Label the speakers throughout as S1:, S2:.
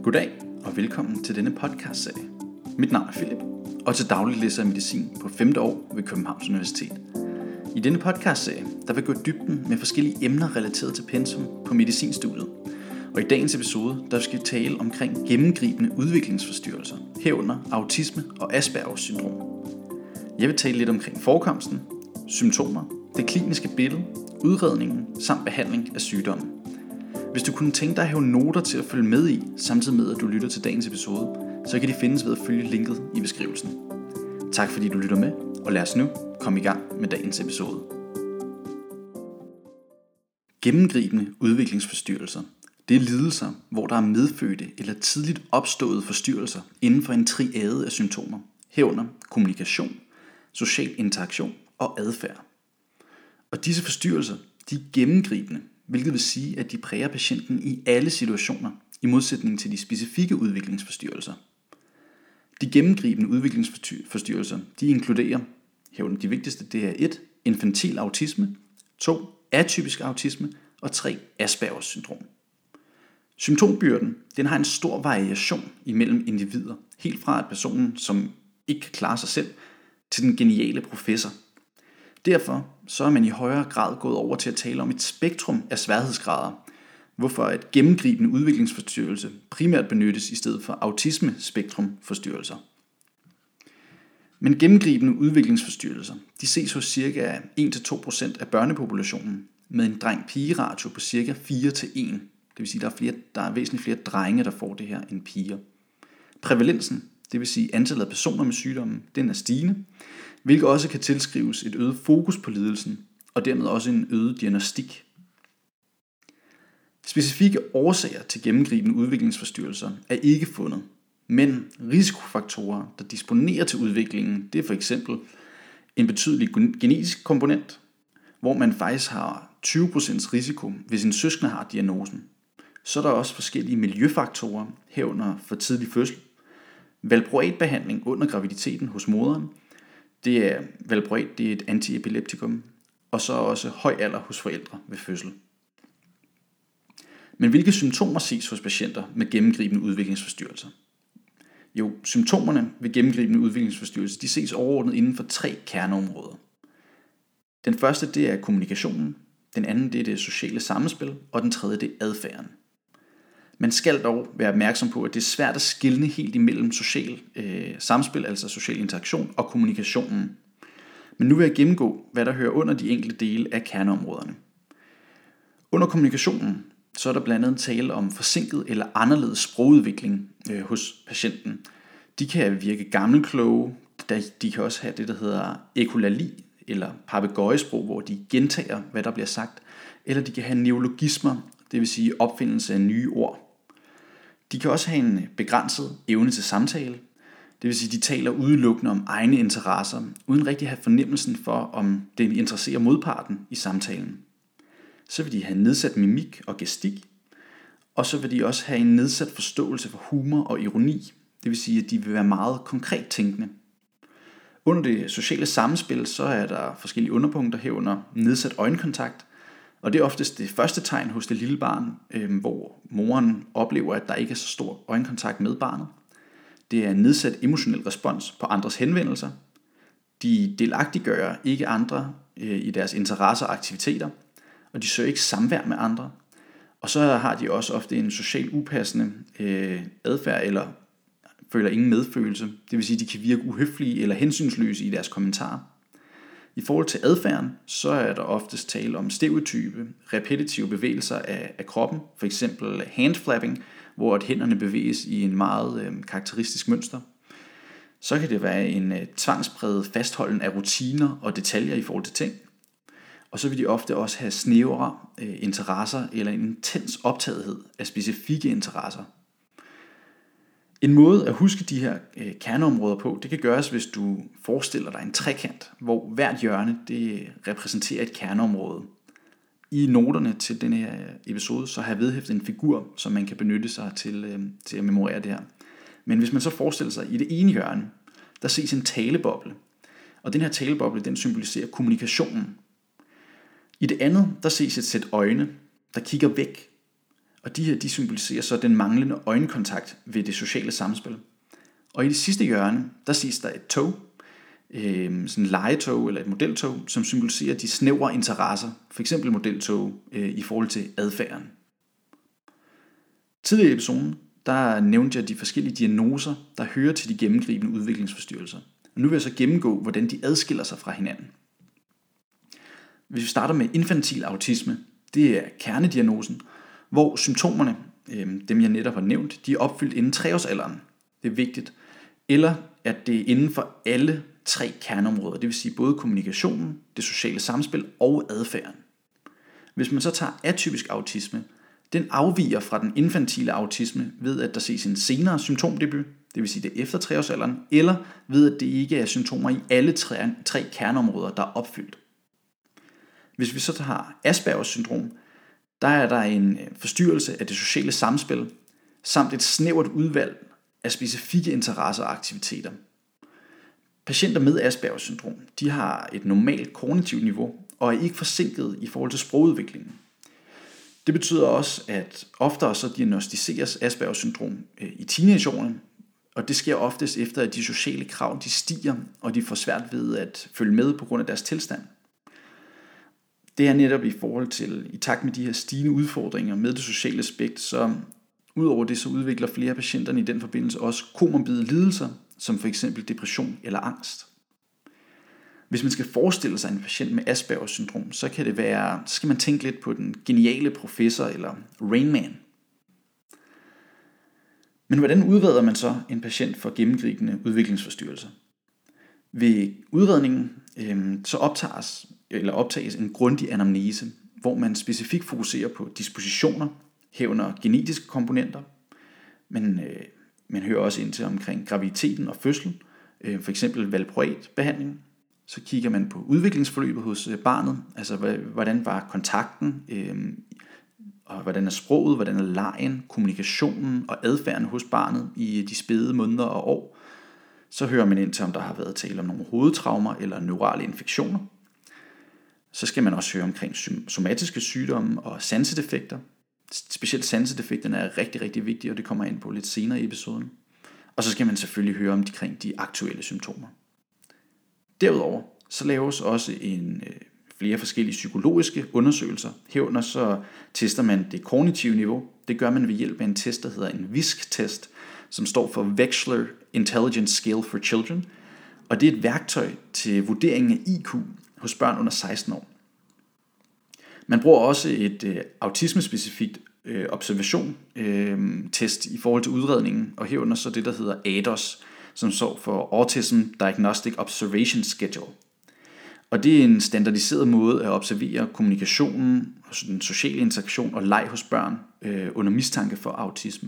S1: Goddag og velkommen til denne podcastserie. Mit navn er Philip, og til daglig læser jeg medicin på 5. år ved Københavns Universitet. I denne podcastserie der vil jeg gå i dybden med forskellige emner relateret til pensum på medicinstudiet. Og i dagens episode der skal vi tale omkring gennemgribende udviklingsforstyrrelser, herunder autisme og Aspergers syndrom. Jeg vil tale lidt omkring forekomsten, symptomer, det kliniske billede, udredningen samt behandling af sygdommen. Hvis du kunne tænke dig at have noter til at følge med i, samtidig med at du lytter til dagens episode, så kan de findes ved at følge linket i beskrivelsen. Tak fordi du lytter med, og lad os nu komme i gang med dagens episode. Gennemgribende udviklingsforstyrrelser. Det er lidelser, hvor der er medfødte eller tidligt opståede forstyrrelser inden for en triade af symptomer, herunder kommunikation, social interaktion og adfærd. Og disse forstyrrelser, de er gennemgribende, hvilket vil sige, at de præger patienten i alle situationer, i modsætning til de specifikke udviklingsforstyrrelser. De gennemgribende udviklingsforstyrrelser, de inkluderer, herunder de vigtigste, det er 1. Infantil autisme, 2. Atypisk autisme og 3. Aspergers syndrom. Symptombyrden, den har en stor variation imellem individer, helt fra at personen, som ikke kan klare sig selv, til den geniale professor. Derfor så er man i højere grad gået over til at tale om et spektrum af sværhedsgrader, hvorfor et gennemgribende udviklingsforstyrrelse primært benyttes i stedet for autisme-spektrumforstyrrelser. Men gennemgribende udviklingsforstyrrelser, de ses hos ca. 1-2% af børnepopulationen med en dreng-pige-ratio på ca. 4-1. Det vil sige, at der er væsentligt flere drenge, der får det her end piger. Prævalensen, det vil sige antallet af personer med sygdommen, den er stigende, hvilket også kan tilskrives et øget fokus på lidelsen, og dermed også en øget diagnostik. Specifikke årsager til gennemgribende udviklingsforstyrrelser er ikke fundet, men risikofaktorer, der disponerer til udviklingen, det er for eksempel en betydelig genetisk komponent, hvor man faktisk har 20% risiko, hvis en søskende har diagnosen. Så er der også forskellige miljøfaktorer, herunder for tidlig fødsel, valproatbehandling under graviditeten hos moderen. Valproat det er et antiepileptikum, og så også høj alder hos forældre ved fødsel. Men hvilke symptomer ses hos patienter med gennemgribende udviklingsforstyrrelser? Jo, symptomerne ved gennemgribende udviklingsforstyrrelser, de ses overordnet inden for 3 kerneområder. Den første det er kommunikationen, den anden det er det sociale samspil, og den tredje det er adfærden. Man skal dog være opmærksom på, at det er svært at skelne helt imellem social samspil, altså social interaktion, og kommunikationen. Men nu vil jeg gennemgå, hvad der hører under de enkelte dele af kerneområderne. Under kommunikationen, så er der blandt andet tale om forsinket eller anderledes sprogudvikling hos patienten. De kan virke gammelkloge, de kan også have det, der hedder ekolali, eller papegøjesprog, hvor de gentager, hvad der bliver sagt, eller de kan have neologismer, det vil sige opfindelse af nye ord. De kan også have en begrænset evne til samtale, det vil sige, de taler udelukkende om egne interesser, uden rigtig at have fornemmelsen for, om det interesserer modparten i samtalen. Så vil de have nedsat mimik og gestik, og så vil de også have en nedsat forståelse for humor og ironi, det vil sige, at de vil være meget konkret tænkende. Under det sociale samspil, så er der forskellige underpunkter herunder nedsat øjenkontakt, og det er oftest det første tegn hos det lille barn, hvor moren oplever, at der ikke er så stor øjenkontakt med barnet. Det er nedsat emotionel respons på andres henvendelser. De delagtiggør ikke andre i deres interesser og aktiviteter, og de søger ikke samvær med andre. Og så har de også ofte en socialt upassende adfærd eller føler ingen medfølelse. Det vil sige, at de kan virke uhøflige eller hensynsløse i deres kommentarer. I forhold til adfærden, så er der oftest tale om stereotype, repetitive bevægelser af kroppen, for eksempel handflapping, hvor at hænderne bevæges i en meget karakteristisk mønster. Så kan det være en tvangspræget fastholden af rutiner og detaljer i forhold til ting. Og så vil de ofte også have snævre interesser eller en intens optagethed af specifikke interesser. En måde at huske de her kerneområder på, det kan gøres, hvis du forestiller dig en trekant, hvor hvert hjørne det repræsenterer et kerneområde. I noterne til denne her episode, så har jeg vedhæftet en figur, som man kan benytte sig til at memorere det her. Men hvis man så forestiller sig, i det ene hjørne, der ses en taleboble. Og den her taleboble, den symboliserer kommunikationen. I det andet, der ses et sæt øjne, der kigger væk. Og de her, de symboliserer så den manglende øjenkontakt ved det sociale samspil. Og i det sidste hjørne, der ses der et tog, sådan et legetog eller et modeltog, som symboliserer de snævre interesser, f.eks. modeltog i forhold til adfærden. Tidligere i episoden, der nævnte jeg de forskellige diagnoser, der hører til de gennemgribende udviklingsforstyrrelser. Og nu vil jeg så gennemgå, hvordan de adskiller sig fra hinanden. Hvis vi starter med infantil autisme, det er kernediagnosen, hvor symptomerne, dem jeg netop har nævnt, de er opfyldt inden 3-årsalderen. Det er vigtigt. Eller at det er inden for alle 3 kerneområder, det vil sige både kommunikationen, det sociale samspil og adfærden. Hvis man så tager atypisk autisme, den afviger fra den infantile autisme ved, at der ses en senere symptomdebut, det vil sige det efter 3-årsalderen, eller ved, at det ikke er symptomer i alle 3 kerneområder, der er opfyldt. Hvis vi så tager Aspergers syndrom, der er der en forstyrrelse af det sociale samspil, samt et snævert udvalg af specifikke interesser og aktiviteter. Patienter med Aspergers syndrom, de har et normalt kognitivt niveau og er ikke forsinket i forhold til sprogudviklingen. Det betyder også, at oftere så diagnosticeres Aspergers syndrom i teenageårene, og det sker oftest efter, at de sociale krav de stiger, og de får svært ved at følge med på grund af deres tilstand. Det er netop i takt med de her stigende udfordringer med det sociale aspekt, så udover det så udvikler flere patienterne i den forbindelse også komorbide lidelser, som for eksempel depression eller angst. Hvis man skal forestille sig en patient med Aspergers syndrom, så skal man tænke lidt på den geniale professor eller Rain Man. Men hvordan udreder man så en patient for gennemgribende udviklingsforstyrrelser? Ved udredningen så optages en grundig anamnese, hvor man specifikt fokuserer på dispositioner, herunder genetiske komponenter, men man hører også ind til omkring graviditeten og fødslen, for eksempel valproatbehandling. Så kigger man på udviklingsforløbet hos barnet, altså hvordan var kontakten, og hvordan er sproget, hvordan er legen, kommunikationen og adfærden hos barnet i de spæde måneder og år. Så hører man ind til, om der har været tale om nogle hovedtraumer eller neurale infektioner. Så skal man også høre omkring somatiske sygdomme og sansedefekter. Specielt sansedefekterne er rigtig, rigtig vigtige, og det kommer jeg ind på lidt senere i episoden. Og så skal man selvfølgelig høre omkring de aktuelle symptomer. Derudover så laves også flere forskellige psykologiske undersøgelser. Herunder så tester man det kognitive niveau. Det gør man ved hjælp af en test, der hedder en VISC-test, som står for Wechsler Intelligence Scale for Children. Og det er et værktøj til vurderingen af IQ hos børn under 16 år. Man bruger også et autismespecifikt observation-test i forhold til udredningen, og herunder så det, der hedder ADOS, som står for Autism Diagnostic Observation Schedule. Og det er en standardiseret måde at observere kommunikationen, den sociale interaktion og leg hos børn under mistanke for autisme.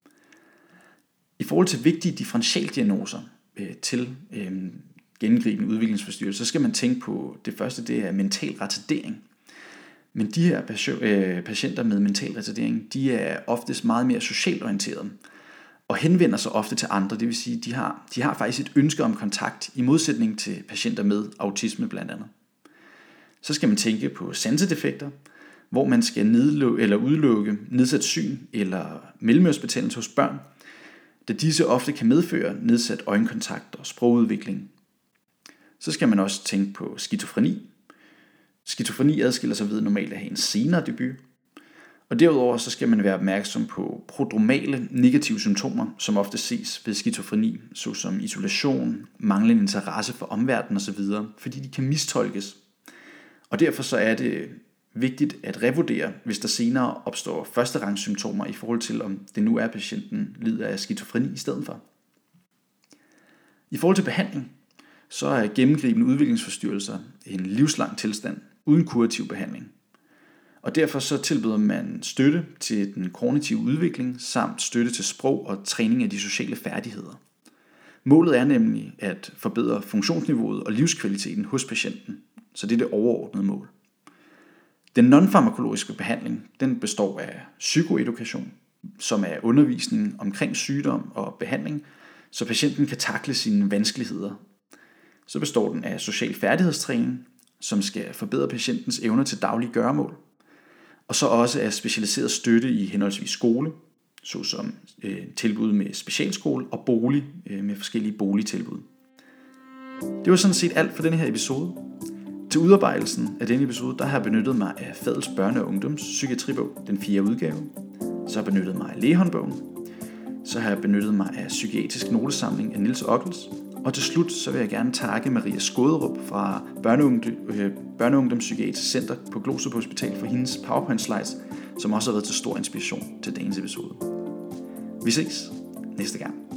S1: I forhold til vigtige differentialdiagnoser til gennemgribende udviklingsforstyrrelse, så skal man tænke på det første, det er mental retardering. Men de her patienter med mental retardering, de er oftest meget mere socialt orienterede og henvender sig ofte til andre. Det vil sige, de har faktisk et ønske om kontakt i modsætning til patienter med autisme blandt andet. Så skal man tænke på sansedefekter, hvor man skal udelukke nedsat syn eller mellemørebetændelse hos børn, da disse ofte kan medføre nedsat øjenkontakt og sprogudvikling. Så skal man også tænke på skizofreni. Skizofreni adskiller sig ved normalt at have en senere debut. Og derudover så skal man være opmærksom på prodromale negative symptomer, som ofte ses ved skizofreni, såsom isolation, manglende interesse for omverdenen osv., fordi de kan mistolkes. Og derfor så er det vigtigt at revurdere, hvis der senere opstår førsterangssymptomer i forhold til, om det nu er, at patienten lider af skizofreni i stedet for. I forhold til behandling, så er gennemgribende udviklingsforstyrrelser en livslang tilstand uden kurativ behandling. Og derfor så tilbyder man støtte til den kognitive udvikling samt støtte til sprog og træning af de sociale færdigheder. Målet er nemlig at forbedre funktionsniveauet og livskvaliteten hos patienten, så det er det overordnede mål. Den non-farmakologiske behandling, den består af psykoedukation, som er undervisning omkring sygdom og behandling, så patienten kan takle sine vanskeligheder. Så består den af social færdighedstræning, som skal forbedre patientens evner til daglige gøremål. og så også af specialiseret støtte i henholdsvis skole, såsom tilbud med specialskole og bolig med forskellige boligtilbud. Det var sådan set alt for denne her episode. Til udarbejdelsen af denne episode, der har jeg benyttet mig af Fadels børne- og ungdomspsykiatribog, den 4. udgave. Så har jeg benyttet mig af lægehåndbogen. Så har jeg benyttet mig af psykiatrisk notesamling af Niels Ockels. Og til slut så vil jeg gerne takke Maria Skåderup fra Børne- og Ungdomspsykiatrisk Center på Glostrup Hospital for hendes PowerPoint slides, som også har været til stor inspiration til dagens episode. Vi ses næste gang.